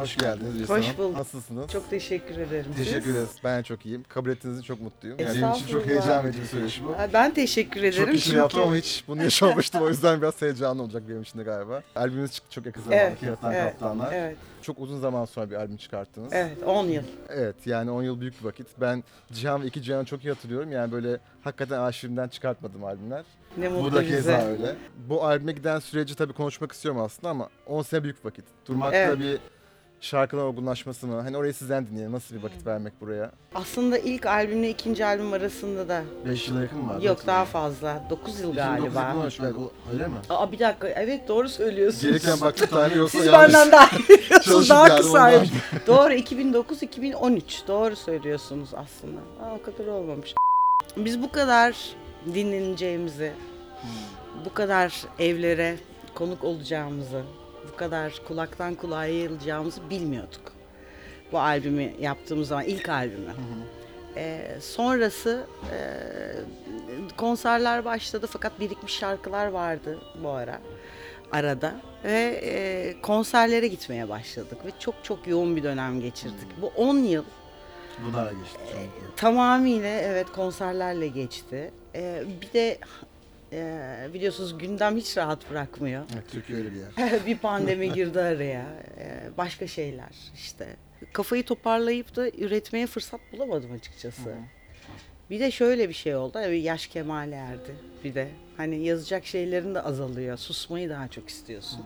Hoş geldiniz Gülsüm Hoş Hanım. bulduk. Nasılsınız? Çok teşekkür ederim. Teşekkür ederiz. Ben çok iyiyim. Kabul ettiğiniz için çok mutluyum. Yani benim için çok Estağfurullah. heyecan verici bir süreç bu. Ben teşekkür ederim. Çok işini çünkü- yaptım ama hiç bunu yaşamamıştım. O yüzden biraz heyecanlı olacak benim için de galiba. Albümünüz çıktı çok yakın zamanda. Evet, Kağıttan evet, Kaptanlar. evet, Çok uzun zaman sonra bir albüm çıkarttınız. evet, 10 yıl. Evet, yani 10 yıl büyük bir vakit. Ben Cihan ve 2 Cihan'ı çok iyi hatırlıyorum. Yani böyle hakikaten arşivimden çıkartmadım albümler. Ne Bu mutlu da keza bize. öyle. Bu albüme giden süreci tabii konuşmak istiyorum aslında ama 10 sene büyük bir vakit. Durmakta Evet. bir şarkılar olgunlaşması mı? Hani orayı sizden dinleyelim. Nasıl bir vakit vermek buraya? Aslında ilk albümle ikinci albüm arasında da 5 yıla yakın mı var? yok daha fazla. 9 yıl galiba. Öyle mi? Aa, bir dakika, evet doğru söylüyorsunuz. Gelirken baktım tane yoksa Siz yanlış. benden daha iyi biliyorsunuz, Çalışıp daha geldim kısaymış. Doğru, 2009-2013 doğru söylüyorsunuz aslında. O kadar olmamış. Biz bu kadar dinleneceğimizi, bu kadar evlere konuk olacağımızı, bu kadar kulaktan kulağa yayılacağımızı bilmiyorduk. Bu albümü yaptığımız zaman, ilk albümü. Sonrası konserler başladı fakat birikmiş şarkılar vardı bu arada ve konserlere gitmeye başladık ve çok çok yoğun bir dönem geçirdik. Bu 10 yıl Bunlarla geçti. tamamıyla evet konserlerle geçti. Bir de biliyorsunuz gündem hiç rahat bırakmıyor. Evet, Türkiye öyle bir yer. Bir pandemi girdi araya, başka şeyler işte. Kafayı toparlayıp da üretmeye fırsat bulamadım açıkçası. Bir de şöyle bir şey oldu, yaş kemale erdi bir de. Hani yazacak şeylerin de azalıyor, susmayı daha çok istiyorsun.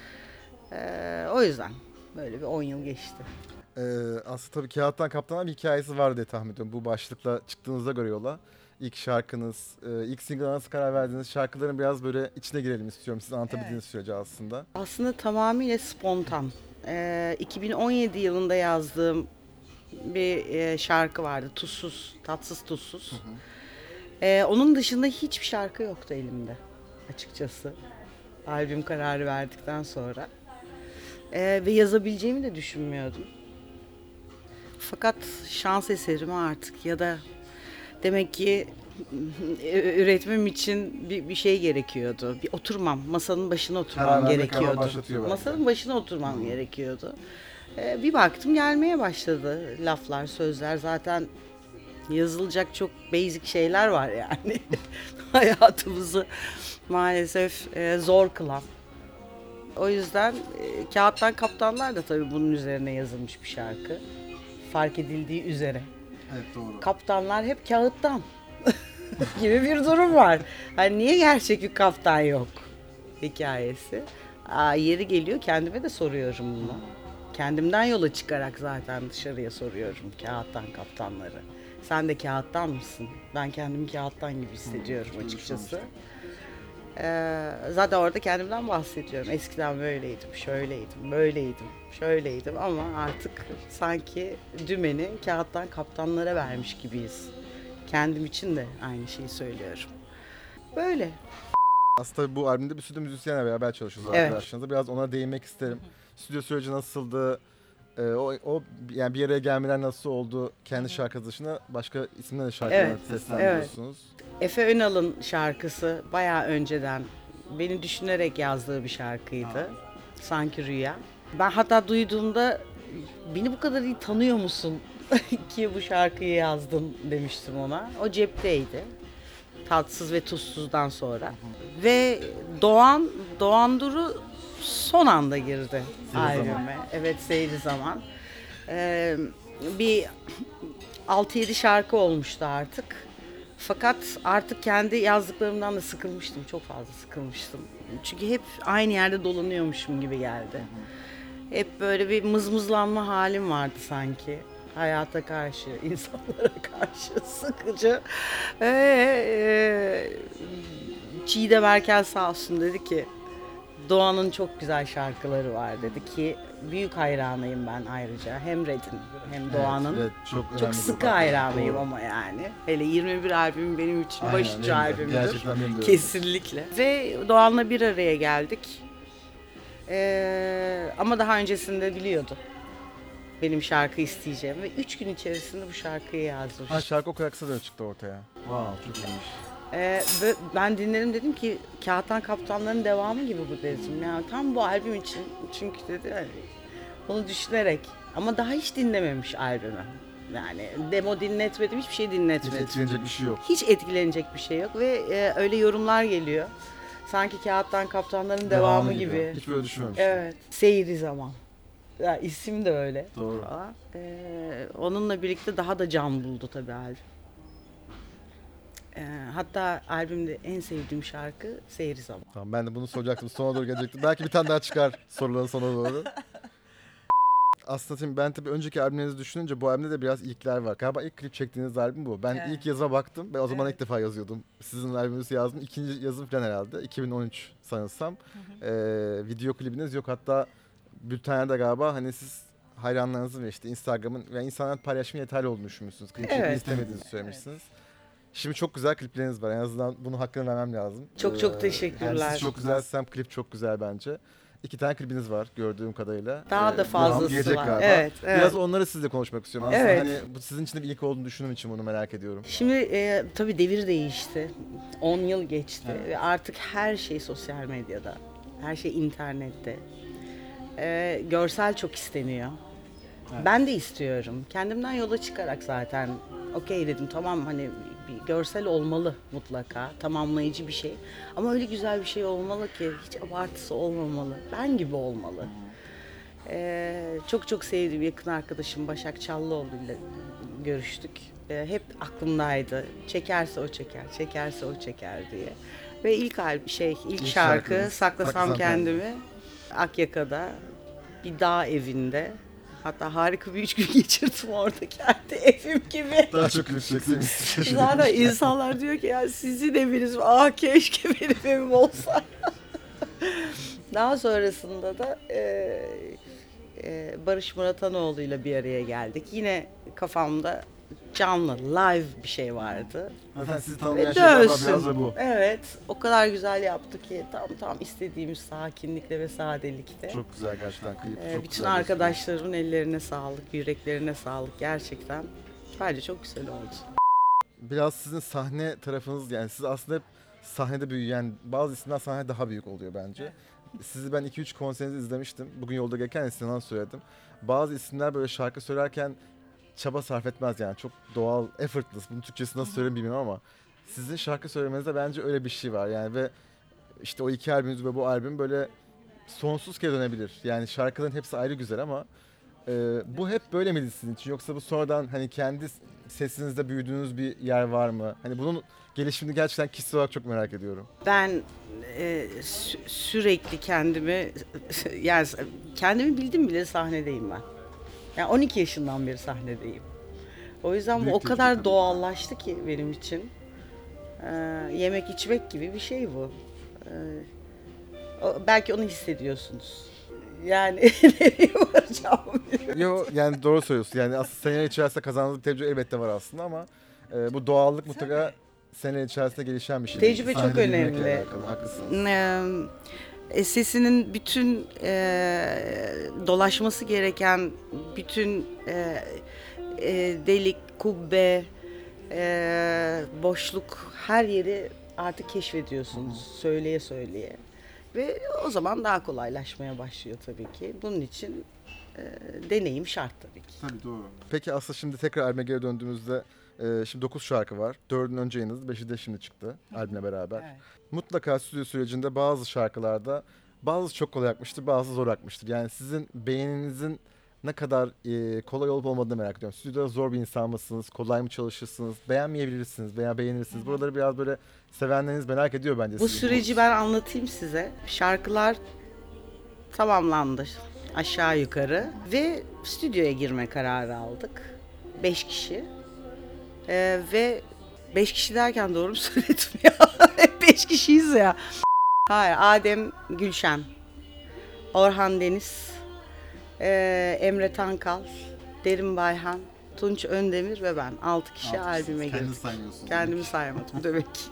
O yüzden böyle bir 10 yıl geçti. Aslında tabii Kağıttan Kaptanlar bir hikayesi var diye tahmin ediyorum. Bu başlıkla çıktığınıza göre yola. İlk şarkınız, ilk single'a nasıl karar verdiğiniz şarkıların biraz böyle içine girelim istiyorum. Siz anlatabildiğiniz sürece aslında. Aslında tamamıyla spontan. 2017 yılında yazdığım bir şarkı vardı. Tuzsuz, tatsız tuzsuz. Onun dışında hiçbir şarkı yoktu elimde açıkçası. Albüm kararı verdikten sonra. Ve yazabileceğimi de düşünmüyordum. Fakat şans eseri mi artık ya da demek ki üretmem için bir şey gerekiyordu. Bir oturmam, masanın başına Karar oturmam vermek karar gerekiyordu. başlatıyor belki. Masanın başına oturmam gerekiyordu. Bir baktım gelmeye başladı laflar, sözler. Zaten yazılacak çok basic şeyler var yani. Hayatımızı maalesef zor kılan. O yüzden Kağıttan Kaptanlar da tabii bunun üzerine yazılmış bir şarkı. Fark edildiği üzere. Evet doğru. Kaptanlar hep kağıttan gibi bir durum var. Hani niye gerçek bir kaptan yok hikayesi. Yeri geliyor kendime de soruyorum bunu. Kendimden yola çıkarak zaten dışarıya soruyorum kağıttan kaptanları. Sen de kağıttan mısın? Ben kendimi kağıttan gibi hissediyorum açıkçası. Zaten orada kendimden bahsediyorum. Eskiden böyleydim, şöyleydim, böyleydim, şöyleydim ama artık sanki dümeni kağıttan kaptanlara vermiş gibiyiz. Kendim için de aynı şeyi söylüyorum. Böyle. Aslında bu albümde bir sürü müzisyenle beraber çalışıyoruz Evet. arkadaşlarınızla. Biraz ona değinmek isterim. Stüdyo süreci nasıldı? O yani bir araya gelmeler nasıl oldu? Kendi şarkı dışında başka isimlerle şarkılar Evet, seslendiriyorsunuz. Efe Önal'ın şarkısı bayağı önceden beni düşünerek yazdığı bir şarkıydı. Sanki Rüya. Ben hatta duyduğumda beni bu kadar iyi tanıyor musun ki bu şarkıyı yazdın demiştim ona. O cepteydi. Tatsız ve Tuzsuz'dan sonra. Ve Doğan Duru son anda girdi albüme. Evet, Seyri Zaman. Bir 6-7 şarkı olmuştu artık. Fakat artık kendi yazdıklarımdan da sıkılmıştım. Çok fazla sıkılmıştım. Çünkü hep aynı yerde dolanıyormuşum gibi geldi. Hep böyle bir mızmızlanma halim vardı sanki. Hayata karşı, insanlara karşı sıkıcı. Çiğdem Erkel sağ olsun dedi ki Doğan'ın çok güzel şarkıları var dedi ki büyük hayranıyım ben ayrıca. Hem Red'in hem Doğan'ın. Evet, çok Çok sıkı hayranıyım ama yani. Hele 21 albüm benim için başucu albümdür. Gerçekten benim de öyle. Kesinlikle. Ve Doğan'la bir araya geldik. Ama daha öncesinde biliyordu benim şarkı isteyeceğim ve 3 gün içerisinde bu şarkıyı yazdım. Ha, şarkı o kadar kısa da çıktı ortaya. Wow, çok iyiymiş. Ben dinledim dedim ki Kağıttan Kaptanların devamı gibi bu dedim. Yani tam bu albüm için çünkü dedi hani Bunu düşünerek. Ama daha hiç dinlememiş albümü. Yani demo dinletmedim, hiçbir şey Hiç dinletmedim. etkilenecek bir şey yok. Hiç etkilenecek bir şey yok ve öyle yorumlar geliyor. Sanki Kağıttan Kaptanların devamı gibi. Hiç böyle düşünmemiştim. Evet. Seyri Zaman. Ya isim de öyle. Doğru. Falan. Onunla birlikte daha da can buldu tabii albüm. Hatta albümde en sevdiğim şarkı Seyri Zaman. Tamam, ben de bunu soracaktım. Sona doğru gelecektim. Belki bir tane daha çıkar soruların sona doğru. Aslında şimdi ben tabii önceki albümlerinizi düşününce bu albümde de biraz ilkler var. Galiba ilk klip çektiğiniz albüm bu. Ben Evet. ilk yazıma baktım. Ben o zaman Evet. ilk defa yazıyordum. Sizin albümünüzü yazdım. İkinci yazım falan herhalde. 2013 sanırsam. Video klibiniz yok. Hatta bültenlerde galiba hani siz hayranlarınızın ve işte Instagram'ın ve insanların paylaşımı yeterli olduğunu düşünmüşsünüz. Klip çekmeyi Evet. istemediğinizi söylemişsiniz. Şimdi çok güzel klipleriniz var. En azından bunun hakkını vermem lazım. Çok teşekkürler. Yani siz çok güzel, klip çok güzel bence. 2 tane klibiniz var gördüğüm kadarıyla. Daha da Devamı fazlası gelecek var. galiba. Evet, evet. Biraz onları sizle konuşmak istiyorum. Aslında Evet. hani bu sizin için de bir ilk olduğunu düşündüğüm için bunu merak ediyorum. Şimdi tabii devir değişti. 10 yıl geçti ve artık her şey sosyal medyada. Her şey internette. Görsel çok isteniyor. Ben de istiyorum. Kendimden yola çıkarak zaten okey dedim, tamam hani bir görsel olmalı mutlaka. Tamamlayıcı bir şey. Ama öyle güzel bir şey olmalı ki hiç abartısı olmamalı. Ben gibi olmalı. Çok sevdiğim yakın arkadaşım Başak Çallıoğlu ile görüştük. Hep aklımdaydı. Çekerse o çeker, çekerse o çeker diye. Ve ilk şarkı şarkınız, Saklasam Saklasam Kendimi Akyaka'da bir dağ evinde. Hatta harika bir 3 gün geçirdim orada, kendi evim gibi. Daha çok klip çekseniz. Zaten insanlar diyor ki ya sizin eviniz mi? Keşke benim evim olsa. Daha sonrasında da Barış Muratanoğlu ile bir araya geldik. Yine kafamda canlı, live bir şey vardı. Zaten sizi Ve tanımayan şey galiba dövsün. biraz da bu. Evet, o kadar güzel yaptı ki tam istediğimiz sakinlikle ve sadelikte. Çok güzel gerçekten klip. Çok Bütün güzel arkadaşlarımın ellerine sağlık, yüreklerine sağlık gerçekten. Bence çok güzel oldu. Biraz sizin sahne tarafınız, yani siz aslında hep sahnede büyüyen, bazı isimler sahnede daha büyük oluyor bence. Sizi ben 2-3 konserinizi izlemiştim. Bugün yolda gelirken Sinan'a söyledim. Bazı isimler böyle şarkı söylerken çaba sarf etmez, yani çok doğal, effortless. Bunun Türkçesi nasıl söyleyeyim bilmiyorum ama sizin şarkı söylemenizde bence öyle bir şey var. Yani ve işte o 2 albümünüz ve bu albüm böyle sonsuz kere dönebilir. Yani şarkıların hepsi ayrı güzel ama bu hep böyle miydi sizin için? Yoksa bu sonradan hani kendi sesinizde büyüdüğünüz bir yer var mı? Hani bunun gelişimini gerçekten kişisel olarak çok merak ediyorum. Ben sürekli kendimi yani kendimi bildim bile sahnedeyim ben. Yani 12 yaşından beri sahnedeyim. O yüzden bu Büyük o kadar tecrübe. doğallaştı ki benim için. Yemek içmek gibi bir şey bu. Belki onu hissediyorsunuz. Yani nereye varacağımı bilmiyorum. Yo, yani doğru söylüyorsun. Yani aslında seneler içerisinde kazandığınız bir tecrübe elbette var aslında ama bu doğallık mutlaka seneler içerisinde gelişen bir şey. Tecrübe çok Sahnede büyümekle önemli. alakalı, haklısınız. Sesinin bütün dolaşması gereken bütün delik, kubbe, boşluk, her yeri artık keşfediyorsunuz söyleye söyleye. Ve o zaman daha kolaylaşmaya başlıyor tabii ki. Bunun için deneyim şart tabii ki. Tabii, doğru. Peki aslında şimdi tekrar albüme geri döndüğümüzde şimdi 9 şarkı var. 4'ün önce yayınladı, 5'i de şimdi çıktı albümle beraber. Evet. Mutlaka stüdyo sürecinde bazı şarkılarda bazı çok kolay akmıştır, bazı zor akmıştır. Yani sizin beğeninizin ne kadar kolay olup olmadığını merak ediyorum. Stüdyoda zor bir insan mısınız? Kolay mı çalışırsınız? Beğenmeyebilirsiniz veya beğenirsiniz. Buraları biraz böyle sevenleriniz merak ediyor bence. Bu sizin. süreci ben anlatayım size. Şarkılar tamamlandı aşağı yukarı ve stüdyoya girme kararı aldık. 5 kişi. Ve 5 kişi derken doğru mu söyledim ya? Hep 5 kişiyiz ya. Hayır, Adem Gülşen, Orhan Deniz, Emre Tankal, Derin Bayhan, Tunç Öndemir ve ben. 6 kişi albüme girdik. Kendinizi saymıyorsunuz. Kendimi saymadım demek ki.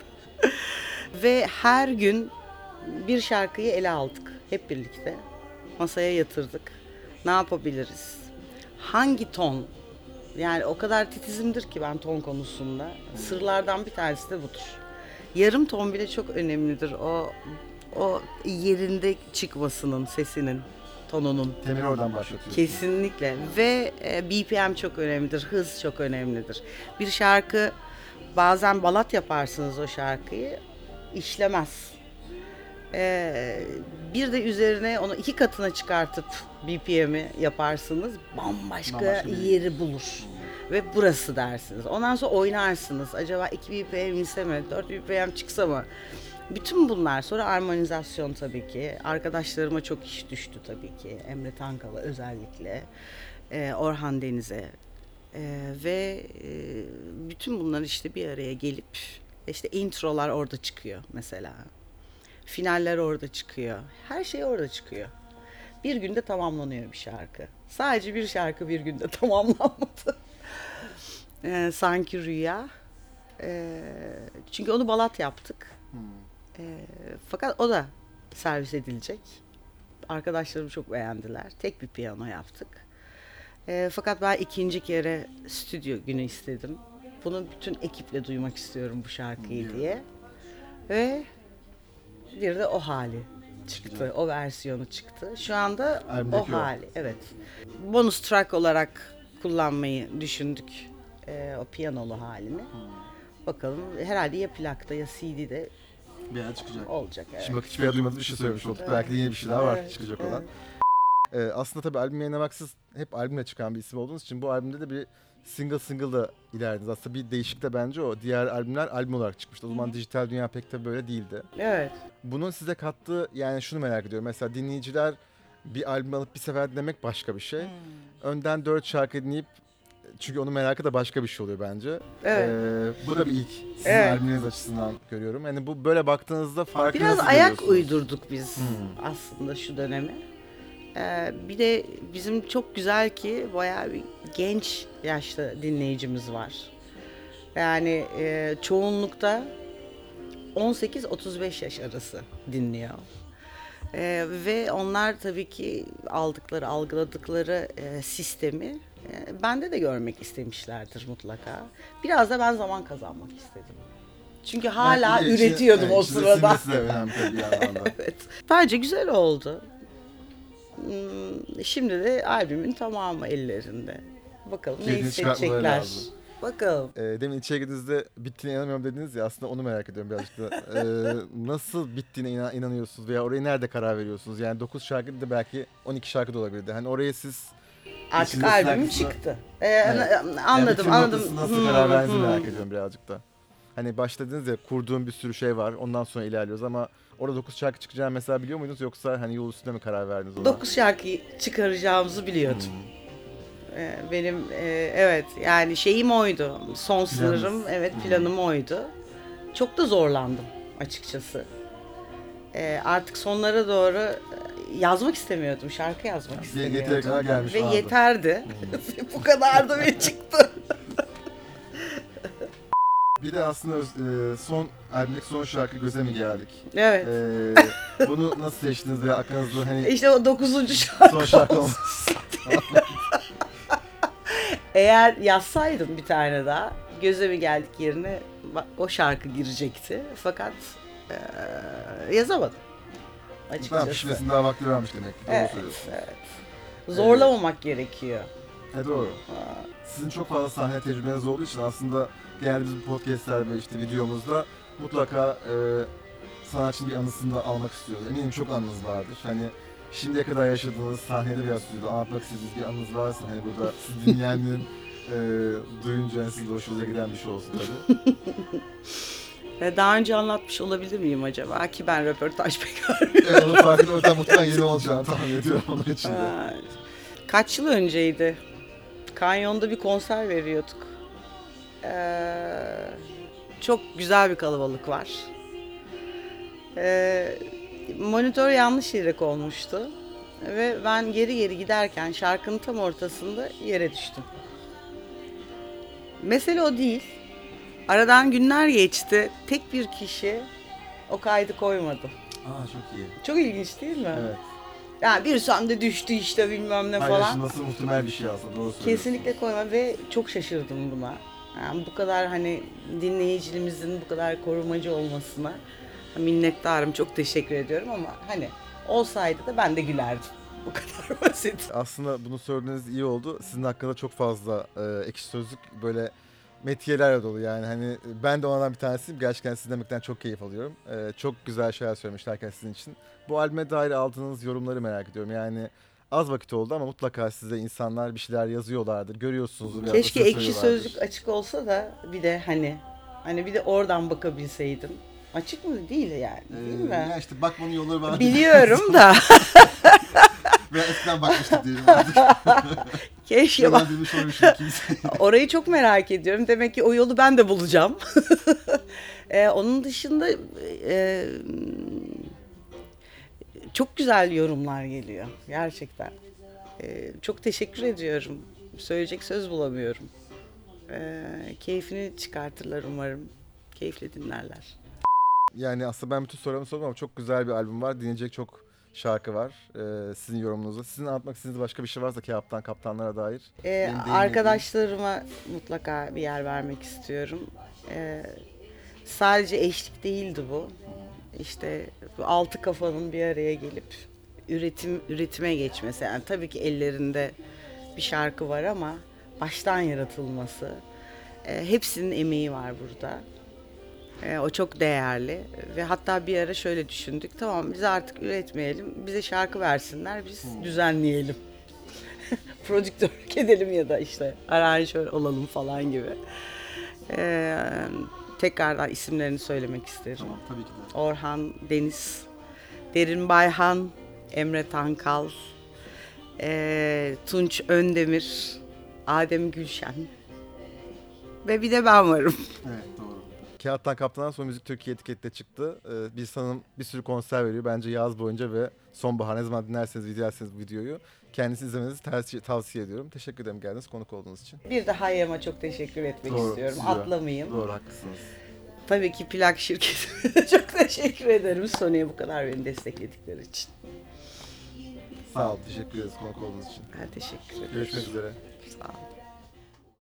Ve her gün bir şarkıyı ele aldık. Hep birlikte. Masaya yatırdık. Ne yapabiliriz? Hangi ton? Yani o kadar titizimdir ki ben ton konusunda. Sırlardan bir tanesi de budur. Yarım ton bile çok önemlidir. O yerinde çıkmasının, sesinin. tonunun. Temeli oradan başlatıyorsunuz. Kesinlikle ve BPM çok önemlidir, hız çok önemlidir. Bir şarkı bazen balat yaparsınız o şarkıyı, işlemez. Bir de üzerine onu 2 katına çıkartıp BPM'i yaparsınız, bambaşka bir yeri bulur. Ve burası dersiniz. Ondan sonra oynarsınız. Acaba 2 BPM inse mi, 4 BPM çıksa mı? Bütün bunlar, sonra armonizasyon tabii ki. Arkadaşlarıma çok iş düştü tabii ki. Emre Tankal'a özellikle. Orhan Deniz'e. Ve bütün bunlar işte bir araya gelip işte introlar orada çıkıyor mesela. Finaller orada çıkıyor. Her şey orada çıkıyor. Bir günde tamamlanıyor bir şarkı. Sadece bir şarkı bir günde tamamlanmadı. Sanki Rüya. Çünkü onu balat yaptık. Fakat o da servis edilecek. Arkadaşlarım çok beğendiler. Tek bir piyano yaptık. Fakat ben ikinci kere stüdyo günü istedim. Bunu bütün ekiple duymak istiyorum bu şarkıyı diye. Ve bir de o hali çıktı. O versiyonu çıktı. Şu anda Albümdeki o hali. Evet. Bonus track olarak kullanmayı düşündük. O piyanolu halini. Bakalım herhalde ya plakta ya CD'de Bir yer çıkacak. olacak. Evet. Şimdi bak hiçbir yer duymadığım bir şey söylemiş olduk. Evet. Belki de yeni bir şey daha var Evet, çıkacak evet. olan. Aslında tabii albüm yayınlamaksız hep albümle çıkan bir isim olduğunuz için bu albümde de bir single da ilerlediniz. Aslında bir değişik de bence o. Diğer albümler albüm olarak çıkmıştı. O zaman dijital dünya pek de böyle değildi. Evet. Bunun size kattığı, yani şunu merak ediyorum. Mesela dinleyiciler bir albüm alıp bir sefer dinlemek başka bir şey. Önden 4 şarkı dinleyip, çünkü onun merakı da başka bir şey oluyor bence. Evet. Bu da bir ilk. Sizin Evet. albümünüz açısından görüyorum. Yani bu böyle baktığınızda farkı Biraz nasıl ayak görüyorsunuz? uydurduk biz aslında şu döneme. Bir de bizim çok güzel ki bayağı bir genç yaşta dinleyicimiz var. Yani çoğunlukta 18-35 yaş arası dinliyor. Ve onlar tabii ki algıladıkları sistemi bende de görmek istemişlerdir mutlaka. Biraz da ben zaman kazanmak istedim. Çünkü hala Belki de üretiyordum o içine sırada. sinmesi de önemli tabii bir yandan da. Evet. Bence güzel oldu. Şimdi de albümün tamamı ellerinde. Bakalım ne Keyfini çıkartmaları hissedecekler. lazım. Bakalım. Demin içeri girdiğinizde bittiğine inanamıyorum dediniz ya, aslında onu merak ediyorum birazcık da. Nasıl bittiğine inanıyorsunuz veya orayı nerede karar veriyorsunuz? Yani 9 şarkı da belki 12 şarkı da olabilirdi. Hani orayı siz Artık İçinde albüm sıkıntısı- çıktı. Evet. Anladım, yani anladım. bütün nasıl karar verdiğinizi merak ediyorum birazcık da. Hani başta dediniz ya, kurduğum bir sürü şey var, ondan sonra ilerliyoruz ama orada 9 şarkı çıkacağını mesela biliyor muydunuz, yoksa hani yol üstünde mi karar verdiniz ona? 9 şarkıyı çıkaracağımızı biliyordum. Benim evet yani şeyim oydu. Son sınırım, evet planım oydu. Çok da zorlandım açıkçası. Artık sonlara doğru yazmak istemiyordum. Şarkı yazmak istemiyordum. Yeteri kadar gelmiş Ve vardı. yeterdi. Bu kadardı ve çıktı. Bir de aslında son albümdeki son şarkı Göze mi geldik? Evet. Bunu nasıl seçtiniz ve aklınızda hani İşte o 9. şarkı. son şarkı olması? Eğer yazsaydım bir tane daha Göze mi geldik yerine o şarkı girecekti. Fakat yazamadım Tamam, açıkçası. pişmesinin daha vakti varmış demek ki. Doğru Evet, söylüyorsun. evet. Zorlamamak gerekiyor. Doğru. Sizin çok fazla sahne tecrübeniz olduğu için aslında genelde biz bu podcastlerde ve işte videomuzda mutlaka sanatçının bir anısını da almak istiyoruz. Eminim çok anınız vardır. Hani şimdiye kadar yaşadığınız sahnede veya stüdyoda anlatmak istediğiniz bir anınız varsa, hani burada siz dinleyenlerin duyunca hani sizin de hoşunuza giden bir şey olsun tabii. Daha önce anlatmış olabilir miyim acaba? Ki ben röportaj pek vermiyorum. Evet, onun farkında ortam muhtemelen yeni olacağını tahmin ediyorum onun için de. Kaç yıl önceydi? Kanyon'da bir konser veriyorduk. Çok güzel bir kalabalık var. Monitör yanlış yere konmuştu. Ve ben geri giderken şarkının tam ortasında yere düştüm. Mesele o değil. Aradan günler geçti. Tek bir kişi o kaydı koymadı. Çok iyi. Çok ilginç değil mi? Evet. Yani bir sande düştü işte bilmem ne falan. Paylaşılması muhtemel bir şey aslında, doğru söylüyorsun. Kesinlikle koyma ve çok şaşırdım buna. Yani bu kadar hani dinleyicimizin bu kadar korumacı olmasına minnettarım. Çok teşekkür ediyorum ama hani olsaydı da ben de gülerdim. Bu kadar basit. Aslında bunu söylediğiniz iyi oldu. Sizin hakkında çok fazla Ekşi Sözlük böyle metiyelerle dolu yani hani ben de onlardan bir tanesiyim. Gerçekten sizin demekten çok keyif alıyorum. Çok güzel şeyler söylemişler herkes sizin için. Bu albüme dair aldığınız yorumları merak ediyorum. Yani az vakit oldu ama mutlaka size insanlar bir şeyler yazıyorlardır. Görüyorsunuzdur. ya da Keşke söz Ekşi söylüyorlardır. Sözlük açık olsa da bir de hani bir de oradan bakabilseydim. Açık mı? Değil yani. Değil mi? Ya işte bakmanın yolları var. Biliyorum da. Ve eskiden bakmıştık diyelim. Keşke bak. kimse. Orayı çok merak ediyorum. Demek ki o yolu ben de bulacağım. Onun dışında çok güzel yorumlar geliyor. Gerçekten. Çok teşekkür ediyorum. Söyleyecek söz bulamıyorum. Keyfini çıkartırlar umarım. Keyifle dinlerler. Yani aslında ben bütün sorularımı sordum ama çok güzel bir albüm var. Dinleyecek çok şarkı var sizin yorumunuzda. Sizin anlatmak istediğiniz başka bir şey varsa Kağıttan Kaptanlara dair. Benim değinmediğim- Arkadaşlarıma mutlaka bir yer vermek istiyorum. Sadece eşlik değildi bu. İşte bu altı kafanın bir araya gelip üretime geçmesi. Yani tabii ki ellerinde bir şarkı var ama baştan yaratılması. Hepsinin emeği var burada. O çok değerli ve hatta bir ara şöyle düşündük. Tamam biz artık üretmeyelim. Bize şarkı versinler. Biz düzenleyelim. Prodüktörlük edelim ya da işte aranjör olalım falan gibi. Tekrardan isimlerini söylemek isterim. Tabii ki de. Orhan Deniz, Derin Bayhan, Emre Tankal, Tunç Öndemir, Adem Gülşen ve bir de ben varım. Evet doğru. Kağıttan Kaptan'dan sonra Müzik Türkiye etikette çıktı. Bir sanırım bir sürü konser veriyor. Bence yaz boyunca ve sonbahar ne zaman dinlerseniz, izlerseniz bu videoyu kendisi izlemenizi tavsiye ediyorum. Teşekkür ederim geldiniz, konuk olduğunuz için. Bir de Hayyam'a çok teşekkür etmek Doğru, istiyorum. size. Atlamayayım. Doğru haklısınız. Tabii ki plak şirketine de çok teşekkür ederim. Sony'ye bu kadar beni destekledikleri için. Sağ ol, teşekkür ederiz konuk olduğunuz için. Ben teşekkür ederim. Görüşmek üzere. Sağ olun.